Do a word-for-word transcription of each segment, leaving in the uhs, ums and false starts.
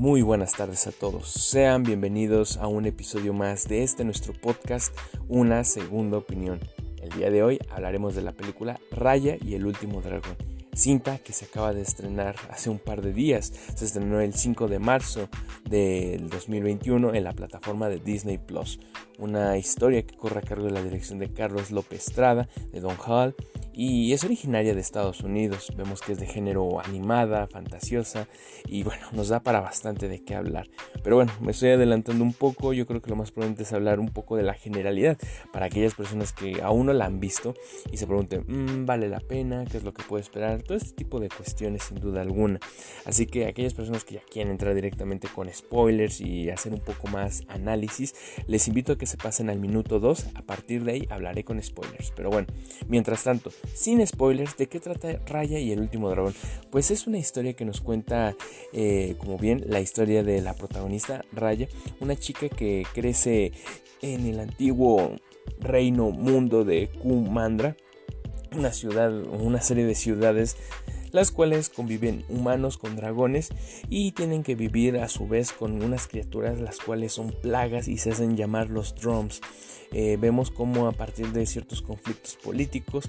Muy buenas tardes a todos, sean bienvenidos a un episodio más de este nuestro podcast, Una Segunda Opinión. El día de hoy hablaremos de la película Raya y el Último Dragón, cinta que se acaba de estrenar hace un par de días. Se estrenó el cinco de marzo del dos mil veintiuno en la plataforma de Disney Plus. Una historia que corre a cargo de la dirección de Carlos López Estrada, de Don Hall, y es originaria de Estados Unidos. Vemos que es de género animada, fantasiosa y bueno, nos da para bastante de qué hablar. Pero bueno, me estoy adelantando un poco. Yo creo que lo más prudente es hablar un poco de la generalidad para aquellas personas que aún no la han visto y se pregunten, mmm, ¿vale la pena? ¿Qué es lo que puedo esperar? Todo este tipo de cuestiones sin duda alguna. Así que aquellas personas que ya quieren entrar directamente con spoilers y hacer un poco más análisis, les invito a que se pasen al minuto dos. A partir de ahí hablaré con spoilers. Pero bueno, mientras tanto, sin spoilers, ¿de qué trata Raya y el Último Dragón? Pues es una historia que nos cuenta, eh, como bien, la historia de la protagonista Raya, una chica que crece en el antiguo reino mundo de Kumandra, una ciudad, una serie de ciudades las cuales conviven humanos con dragones y tienen que vivir a su vez con unas criaturas las cuales son plagas y se hacen llamar los Drums. Eh, vemos cómo a partir de ciertos conflictos políticos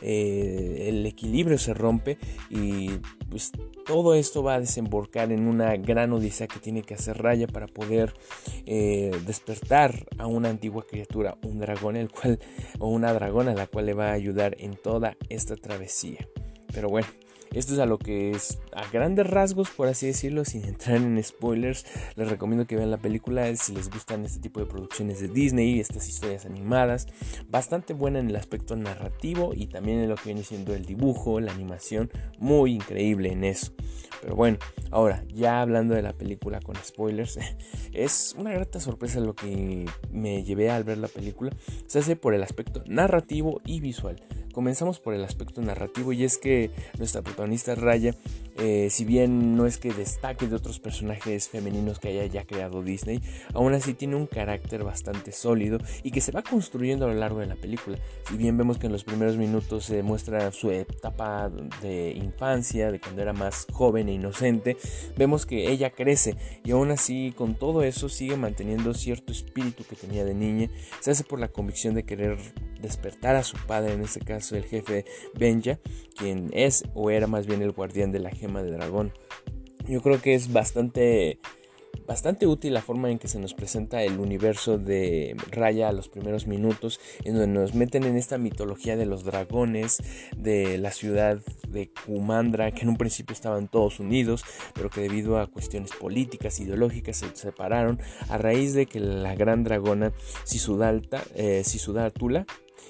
eh, el equilibrio se rompe y pues todo esto va a desembocar en una gran odisea que tiene que hacer Raya para poder eh, despertar a una antigua criatura, un dragón, el cual o una dragona, la cual le va a ayudar en toda esta travesía. Pero bueno, esto es a lo que es a grandes rasgos, por así decirlo, sin entrar en spoilers. Les recomiendo que vean la película si les gustan este tipo de producciones de Disney, estas historias animadas. Bastante buena en el aspecto narrativo y también en lo que viene siendo el dibujo, la animación, muy increíble en eso. Pero bueno, ahora ya hablando de la película con spoilers, es una grata sorpresa lo que me llevé al ver la película. Se hace por el aspecto narrativo y visual. Comenzamos por el aspecto narrativo y es que nuestra protagonista Raya, eh, si bien no es que destaque de otros personajes femeninos que haya ya creado Disney, aún así tiene un carácter bastante sólido y que se va construyendo a lo largo de la película. Si bien vemos que en los primeros minutos se muestra su etapa de infancia, de cuando era más joven e inocente, vemos que ella crece y aún así con todo eso sigue manteniendo cierto espíritu que tenía de niña. Se hace por la convicción de querer despertar a su padre, en este caso el jefe Benja, quien es o era más bien el guardián de la gema de dragón. Yo creo que es bastante Bastante útil la forma en que se nos presenta el universo de Raya a los primeros minutos, en donde nos meten en esta mitología de los dragones, de la ciudad de Kumandra, que en un principio estaban todos unidos, pero que debido a cuestiones políticas, ideológicas, se separaron a raíz de que la gran dragona Sisudalta, eh, Sisudatula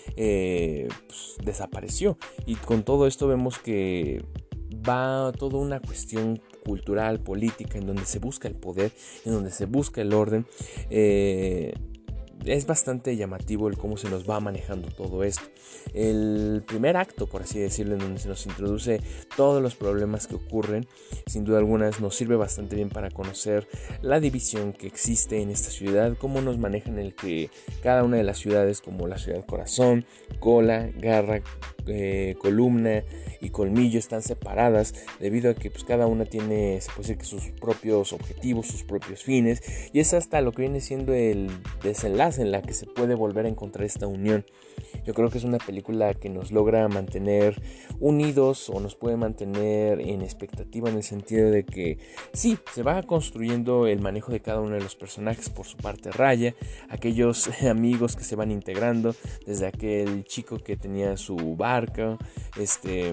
eh, pues, desapareció. Y con todo esto vemos que va toda una cuestión cultural, política, en donde se busca el poder, en donde se busca el orden. Eh, es bastante llamativo el cómo se nos va manejando todo esto. El primer acto, por así decirlo, en donde se nos introduce todos los problemas que ocurren, sin duda alguna nos sirve bastante bien para conocer la división que existe en esta ciudad, cómo nos manejan el que cada una de las ciudades, como la ciudad corazón, cola, garra, eh, columna y colmillo, están separadas debido a que pues, cada una tiene, se puede decir que sus propios objetivos, sus propios fines, y es hasta lo que viene siendo el desenlace en la que se puede volver a encontrar esta unión. Yo creo que es una película que nos logra mantener unidos o nos puede mantener en expectativa, en el sentido de que sí, se va construyendo el manejo de cada uno de los personajes por su parte Raya, aquellos amigos que se van integrando, desde aquel chico que tenía su barca, este,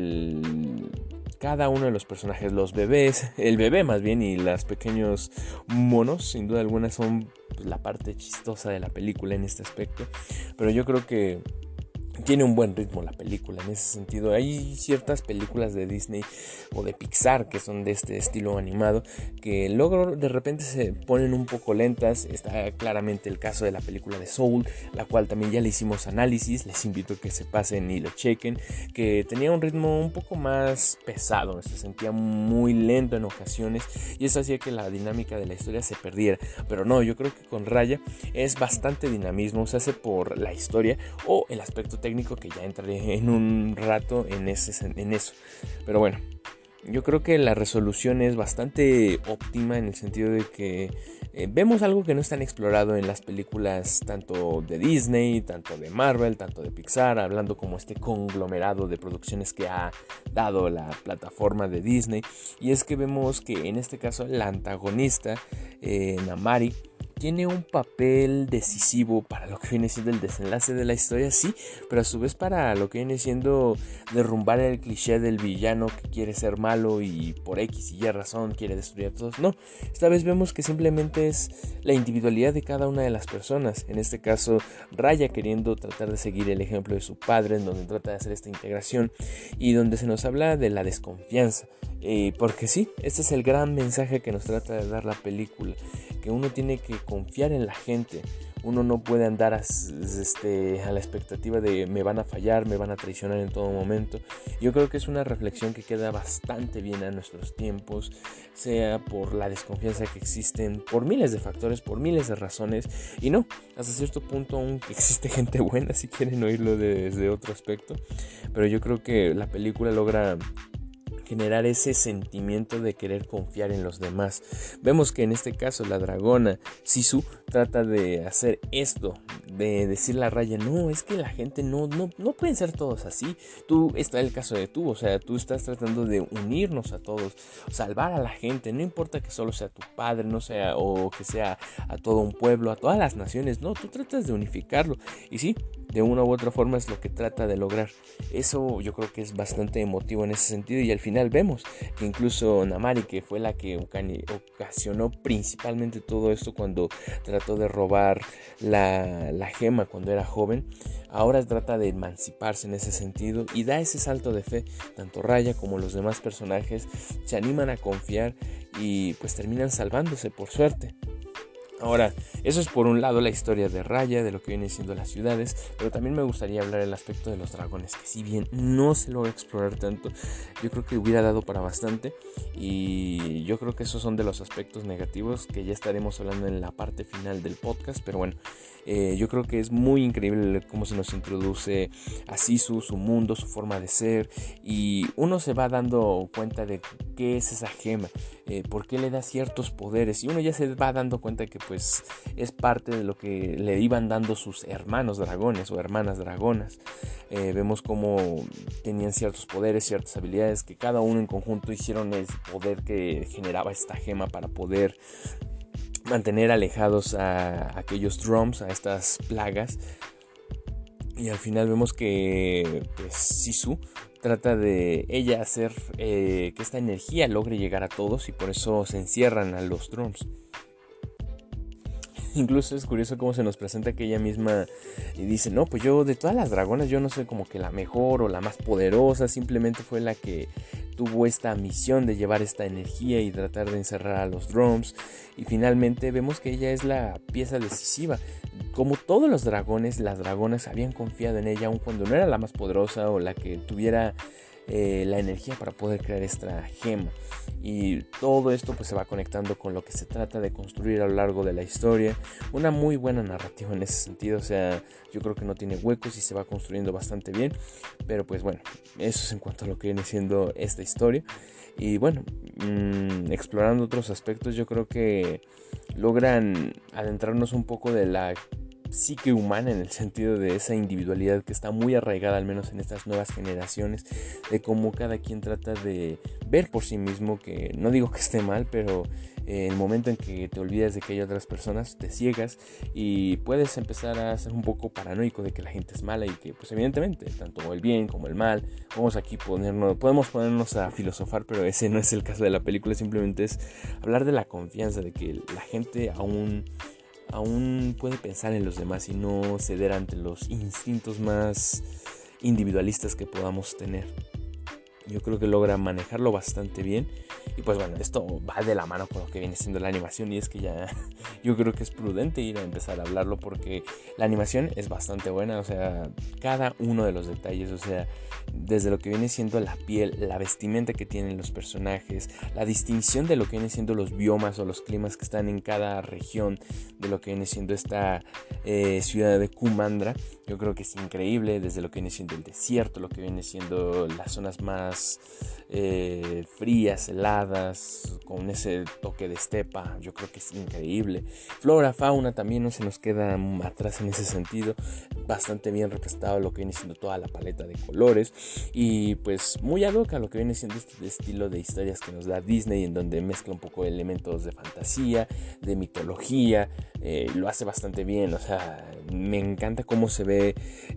el... cada uno de los personajes, los bebés, el bebé más bien y los pequeños monos, sin duda alguna son pues, la parte chistosa de la película en este aspecto. Pero yo creo que tiene un buen ritmo la película en ese sentido. Hay ciertas películas de Disney o de Pixar que son de este estilo animado que luego de repente se ponen un poco lentas. Está claramente el caso de la película de Soul, la cual también ya le hicimos análisis. Les invito a que se pasen y lo chequen, que tenía un ritmo un poco más pesado, se sentía muy lento en ocasiones y eso hacía que la dinámica de la historia se perdiera. Pero no, yo creo que con Raya es bastante dinamismo, se hace por la historia o el aspecto técnico, que ya entraré en un rato en, ese, en eso. Pero bueno, Yo creo que la resolución es bastante óptima en el sentido de que eh, vemos algo que no es tan explorado en las películas tanto de Disney, tanto de Marvel, tanto de Pixar, hablando como este conglomerado de producciones que ha dado la plataforma de Disney. Y es que vemos que en este caso la antagonista, eh, Namari, tiene un papel decisivo para lo que viene siendo el desenlace de la historia, sí, pero a su vez para lo que viene siendo derrumbar el cliché del villano que quiere ser malo y por X y Y razón quiere destruir a todos. No, esta vez vemos que simplemente es la individualidad de cada una de las personas. En este caso, Raya queriendo tratar de seguir el ejemplo de su padre, en donde trata de hacer esta integración y donde se nos habla de la desconfianza. Eh, porque sí, este es el gran mensaje que nos trata de dar la película, que uno tiene que confiar en la gente. Uno no puede andar a, este, a la expectativa de me van a fallar, me van a traicionar en todo momento. Yo creo que es una reflexión que queda bastante bien a nuestros tiempos, sea por la desconfianza que existen, por miles de factores, por miles de razones. Y no, hasta cierto punto aún existe gente buena si quieren oírlo desde otro aspecto. Pero yo creo que la película logra generar ese sentimiento de querer confiar en los demás. Vemos que en este caso la dragona Sisu trata de hacer esto, de decirle a Raya, no, es que la gente no, no, no pueden ser todos así. Tú, está el caso de tú, o sea, tú estás tratando de unirnos a todos, salvar a la gente, no importa que solo sea tu padre, no sea, o que sea a todo un pueblo, a todas las naciones, no, tú tratas de unificarlo. Y sí, de una u otra forma es lo que trata de lograr. Eso yo creo que es bastante emotivo en ese sentido, y al final vemos que incluso Namari, que fue la que ocasionó principalmente todo esto cuando trató de robar la, la gema cuando era joven, ahora trata de emanciparse en ese sentido y da ese salto de fe. Tanto Raya como los demás personajes se animan a confiar y pues terminan salvándose por suerte. Ahora, eso es por un lado la historia de Raya, de lo que vienen siendo las ciudades, pero también me gustaría hablar del aspecto de los dragones, que si bien no se logra explorar tanto, yo creo que hubiera dado para bastante, y yo creo que esos son de los aspectos negativos que ya estaremos hablando en la parte final del podcast. Pero bueno, eh, yo creo que es muy increíble cómo se nos introduce a Sisu, su mundo, su forma de ser, y uno se va dando cuenta de qué es esa gema, eh, por qué le da ciertos poderes, y uno ya se va dando cuenta que pues es parte de lo que le iban dando sus hermanos dragones o hermanas dragonas. Eh, vemos cómo tenían ciertos poderes, ciertas habilidades que cada uno en conjunto hicieron el poder que generaba esta gema para poder mantener alejados a aquellos drums, a estas plagas. Y al final vemos que pues Sisu trata de ella hacer eh, que esta energía logre llegar a todos, y por eso se encierran a los drums. Incluso es curioso cómo se nos presenta que ella misma y dice, no, pues yo de todas las dragonas yo no soy como que la mejor o la más poderosa, simplemente fue la que tuvo esta misión de llevar esta energía y tratar de encerrar a los drums. Y finalmente vemos que ella es la pieza decisiva. Como todos los dragones, las dragonas habían confiado en ella aun cuando no era la más poderosa o la que tuviera eh, la energía para poder crear esta gema. Y todo esto pues se va conectando con lo que se trata de construir a lo largo de la historia. Una muy buena narrativa en ese sentido, o sea, yo creo que no tiene huecos y se va construyendo bastante bien. Pero pues bueno, eso es en cuanto a lo que viene siendo esta historia. Y bueno, mmm, explorando otros aspectos, yo creo que logran adentrarnos un poco de la psique humana, en el sentido de esa individualidad que está muy arraigada, al menos en estas nuevas generaciones, de cómo cada quien trata de ver por sí mismo, que no digo que esté mal, pero eh, el momento en que te olvidas de que hay otras personas, te ciegas y puedes empezar a ser un poco paranoico de que la gente es mala, y que pues evidentemente tanto el bien como el mal, vamos aquí ponernos, podemos ponernos a filosofar, pero ese no es el caso de la película. Simplemente es hablar de la confianza, de que la gente aún aún puede pensar en los demás y no ceder ante los instintos más individualistas que podamos tener. Yo creo que logra manejarlo bastante bien. Y pues bueno, esto va de la mano con lo que viene siendo la animación, y es que ya yo creo que es prudente ir a empezar a hablarlo, porque la animación es bastante buena. O sea, cada uno de los detalles, o sea, desde lo que viene siendo la piel, la vestimenta que tienen los personajes, la distinción de lo que viene siendo los biomas o los climas que están en cada región de lo que viene siendo esta eh, ciudad de Kumandra. Yo creo que es increíble, desde lo que viene siendo el desierto, lo que viene siendo las zonas más aguas eh, frías, heladas, con ese toque de estepa. Yo creo que es increíble. Flora, fauna también no se nos queda atrás en ese sentido. Bastante bien representado lo que viene siendo toda la paleta de colores. Y pues muy ad hoc a lo que viene siendo este estilo de historias que nos da Disney, en donde mezcla un poco elementos de fantasía, de mitología. Eh, lo hace bastante bien. O sea, me encanta cómo se ve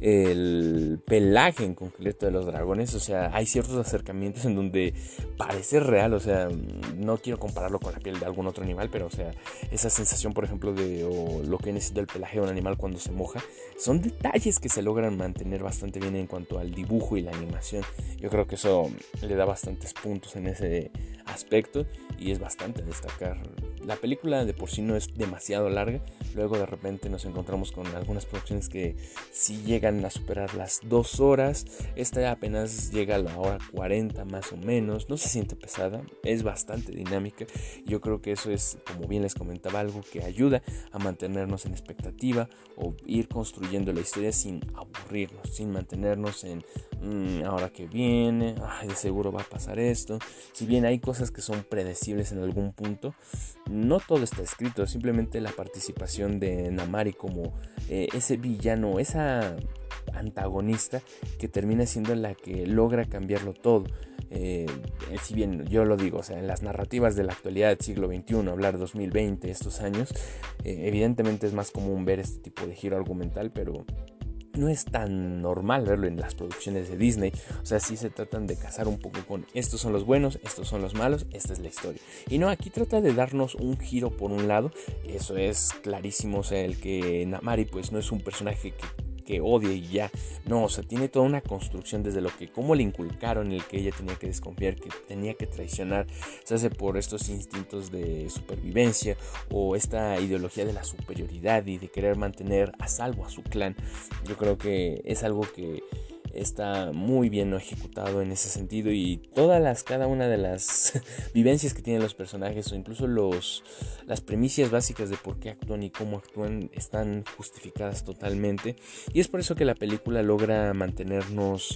el pelaje en concreto de los dragones. O sea, hay ciertos acercamientos en donde parece real. O sea, no quiero compararlo con la piel de algún otro animal, pero o sea, esa sensación, por ejemplo, de o lo que viene siendo el pelaje de un animal cuando se moja, son detalles que se logran mantener bastante bien en cuanto al dibujo y la animación. Yo creo que eso le da bastantes puntos en ese aspecto y es bastante a destacar. La película de por sí no es demasiado larga. Luego de repente nos encontramos con algunas producciones que sí llegan a superar las dos horas. Esta apenas llega a la hora cuarenta más o menos. No se siente pesada, es bastante dinámica. Yo creo que eso es, como bien les comentaba, algo que ayuda a mantenernos en expectativa o ir construyendo la historia sin aburrirnos, sin mantenernos en mmm, ahora que viene, ay, de seguro va a pasar esto. Si bien hay cosas que son predecibles en algún punto, no todo está escrito. Simplemente la participación de Namaari como eh, ese villano, esa antagonista que termina siendo la que logra cambiarlo todo. Eh, si bien yo lo digo, o sea, en las narrativas de la actualidad del siglo veintiuno, hablar dos mil veinte, estos años, eh, evidentemente es más común ver este tipo de giro argumental, pero no es tan normal verlo en las producciones de Disney. O sea, sí se tratan de casar un poco con estos son los buenos, estos son los malos, esta es la historia. Y no, aquí trata de darnos un giro por un lado. Eso es clarísimo. O sea, el que Namaari pues no es un personaje que que odia y ya, no, o sea, tiene toda una construcción desde lo que, cómo le inculcaron el que ella tenía que desconfiar, que tenía que traicionar, se hace por estos instintos de supervivencia o esta ideología de la superioridad y de querer mantener a salvo a su clan. Yo creo que es algo que está muy bien ejecutado en ese sentido, y todas las, cada una de las vivencias que tienen los personajes o incluso los, las premisas básicas de por qué actúan y cómo actúan están justificadas totalmente, y es por eso que la película logra mantenernos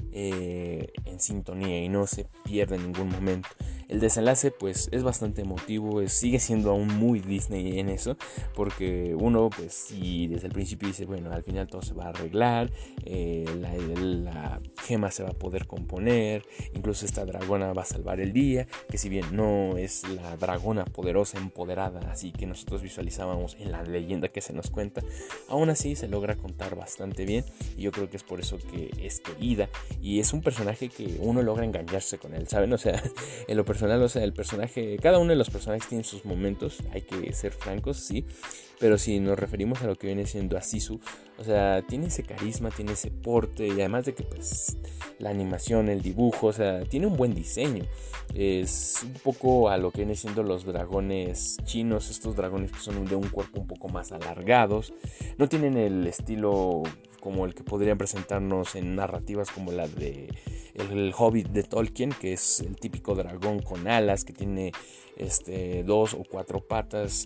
eh, en sintonía y no se pierde en ningún momento. El desenlace pues es bastante emotivo, es, sigue siendo aún muy Disney en eso, porque uno pues sí desde el principio dice, bueno, al final todo se va a arreglar, eh, la, la gema se va a poder componer, incluso esta dragona va a salvar el día, que si bien no es la dragona poderosa, empoderada, así que nosotros visualizábamos en la leyenda que se nos cuenta, aún así se logra contar bastante bien, y yo creo que es por eso que es querida, y es un personaje que uno logra engancharse con él, ¿saben? O sea, en lo personal, o sea, el personaje, cada uno de los personajes tiene sus momentos, hay que ser francos, sí, pero si nos referimos a lo que viene siendo a Sisu, o sea, tiene ese carisma, tiene ese porte, y además de que pues la animación, el dibujo, o sea, tiene un buen diseño. Es un poco a lo que viene siendo los dragones chinos, estos dragones que son de un cuerpo un poco más alargados, no tienen el estilo como el que podrían presentarnos en narrativas como la de el, el Hobbit de Tolkien, que es el típico dragón con alas que tiene este, dos o cuatro patas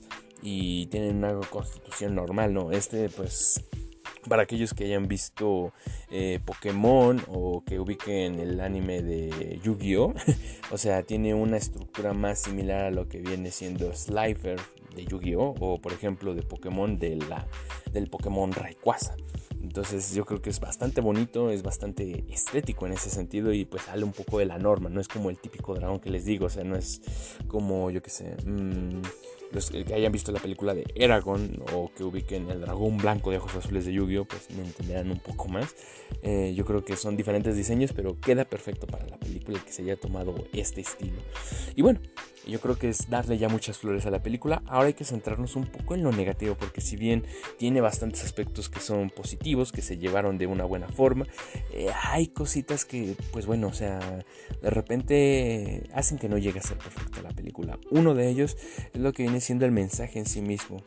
y tienen una constitución normal, ¿no? Este pues, para aquellos que hayan visto eh, Pokémon o que ubiquen el anime de Yu-Gi-Oh, o sea, tiene una estructura más similar a lo que viene siendo Slifer de Yu-Gi-Oh, o por ejemplo de Pokémon de la, del Pokémon Rayquaza. Entonces yo creo que es bastante bonito, es bastante estético en ese sentido, y pues sale un poco de la norma, no es como el típico dragón que les digo, o sea, no es como, yo qué sé, mmm, los que hayan visto la película de Eragon o que ubiquen el dragón blanco de ojos azules de Yu-Gi-Oh, pues me entenderán un poco más. Eh, yo creo que son diferentes diseños, pero queda perfecto para la película que se haya tomado este estilo. Y bueno, yo creo que es darle ya muchas flores a la película. Ahora hay que centrarnos un poco en lo negativo, porque si bien tiene bastantes aspectos que son positivos, que se llevaron de una buena forma, eh, hay cositas que, pues bueno, o sea, de repente hacen que no llegue a ser perfecta la película. Uno de ellos es lo que viene siendo el mensaje en sí mismo.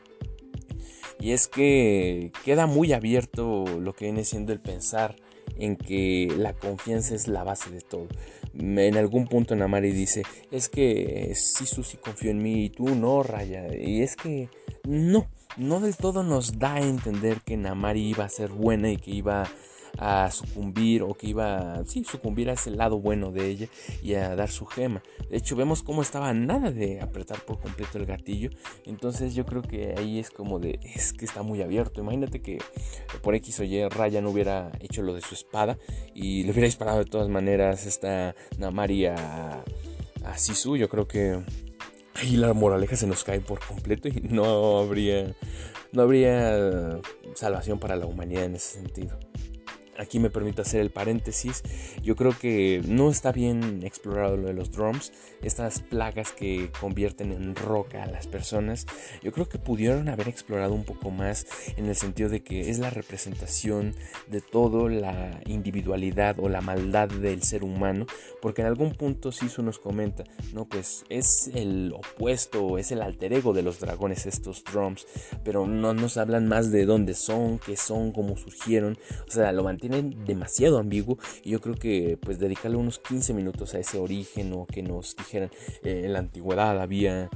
Y es que queda muy abierto lo que viene siendo el pensar en que la confianza es la base de todo. En algún punto Namaari dice, es que Sisu sí confió en mí y tú no, Raya. Y es que no, no del todo nos da a entender que Namaari iba a ser buena y que iba a sucumbir o que iba, sí, sucumbir a ese lado bueno de ella y a dar su gema. De hecho, vemos cómo estaba a nada de apretar por completo el gatillo. Entonces yo creo que ahí es como de, es que está muy abierto. Imagínate que por X o Y Raya no hubiera hecho lo de su espada y le hubiera disparado de todas maneras esta Namari a, a Sisu. Yo creo que ahí la moraleja se nos cae por completo y no habría, no habría salvación para la humanidad en ese sentido. Aquí me permito hacer el paréntesis. Yo creo que no está bien explorado lo de los drums, estas plagas que convierten en roca a las personas. Yo creo que pudieron haber explorado un poco más en el sentido de que es la representación de todo, la individualidad o la maldad del ser humano, porque en algún punto Sisu nos comenta, no, pues es el opuesto, es el alter ego de los dragones estos drums, pero no nos hablan más de dónde son, qué son, cómo surgieron. O sea, lo mantienen demasiado ambiguo y yo creo que pues dedicarle unos quince minutos a ese origen o que nos dijeran eh, en la antigüedad había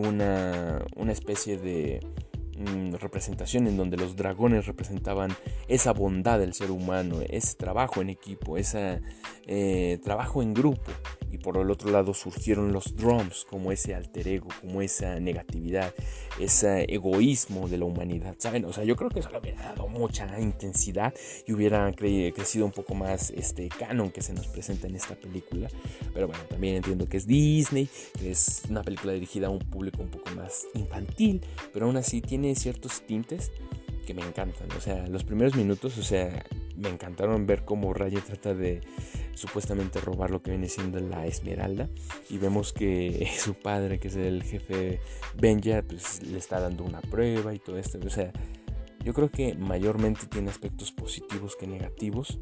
una, una especie de mm, representación en donde los dragones representaban esa bondad del ser humano, ese trabajo en equipo, ese eh, trabajo en grupo. Y por el otro lado surgieron los drums como ese alter ego, como esa negatividad, ese egoísmo de la humanidad, ¿saben? O sea, yo creo que eso le hubiera dado mucha intensidad y hubiera cre- crecido un poco más este canon que se nos presenta en esta película. Pero bueno, también entiendo que es Disney, que es una película dirigida a un público un poco más infantil, pero aún así tiene ciertos tintes que me encantan. O sea, los primeros minutos, o sea, me encantaron ver cómo Raya trata de supuestamente robar lo que viene siendo la esmeralda y vemos que su padre, que es el jefe Benja, pues le está dando una prueba y todo esto. O sea, yo creo que mayormente tiene aspectos positivos que negativos,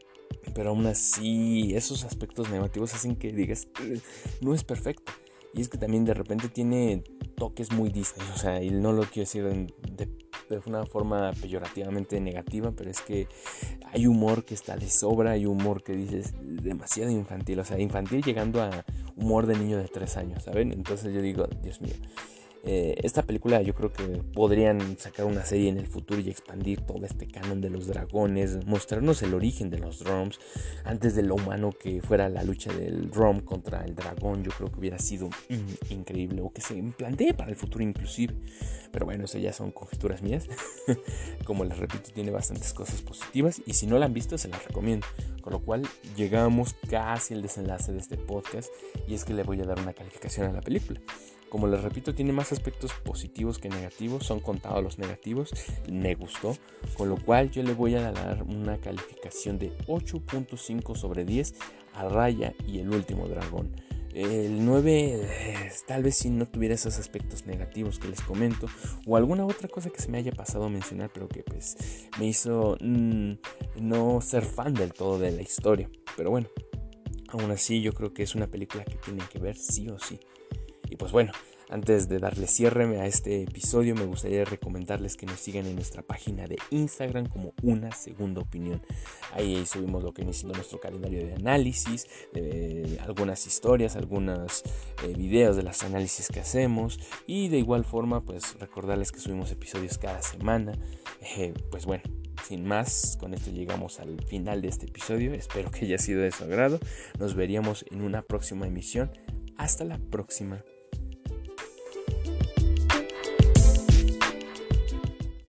pero aún así esos aspectos negativos hacen que digas, no es perfecto. Y es que también de repente tiene toques muy Disney, o sea, y no lo quiero decir de, de, de una forma peyorativamente negativa, pero es que hay humor que está de sobra, hay humor que dices demasiado infantil, o sea, infantil llegando a humor de niño de tres años, ¿saben? Entonces yo digo, Dios mío. Eh, esta película yo creo que podrían sacar una serie en el futuro y expandir todo este canon de los dragones, mostrarnos el origen de los drums antes de lo humano que fuera la lucha del drum contra el dragón. Yo creo que hubiera sido mm, increíble, o que se plantee para el futuro inclusive, pero bueno, eso ya son conjeturas mías. Como les repito, tiene bastantes cosas positivas y si no la han visto se las recomiendo, con lo cual llegamos casi al desenlace de este podcast y es que le voy a dar una calificación a la película. Como les repito, tiene más aspectos positivos que negativos, son contados los negativos, me gustó, con lo cual yo le voy a dar una calificación de ocho punto cinco sobre diez a Raya y el último dragón. El nueve eh, tal vez si no tuviera esos aspectos negativos que les comento o alguna otra cosa que se me haya pasado a mencionar, pero que pues me hizo mmm, no ser fan del todo de la historia. Pero bueno, aún así yo creo que es una película que tienen que ver sí o sí. Y pues bueno, antes de darle cierre a este episodio, me gustaría recomendarles que nos sigan en nuestra página de Instagram como Una Segunda Opinión. Ahí subimos lo que viene siendo nuestro calendario de análisis, de algunas historias, algunos eh, videos de los análisis que hacemos. Y de igual forma, pues recordarles que subimos episodios cada semana. Eh, pues bueno, sin más, con esto llegamos al final de este episodio. Espero que haya sido de su agrado. Nos veríamos en una próxima emisión. Hasta la próxima.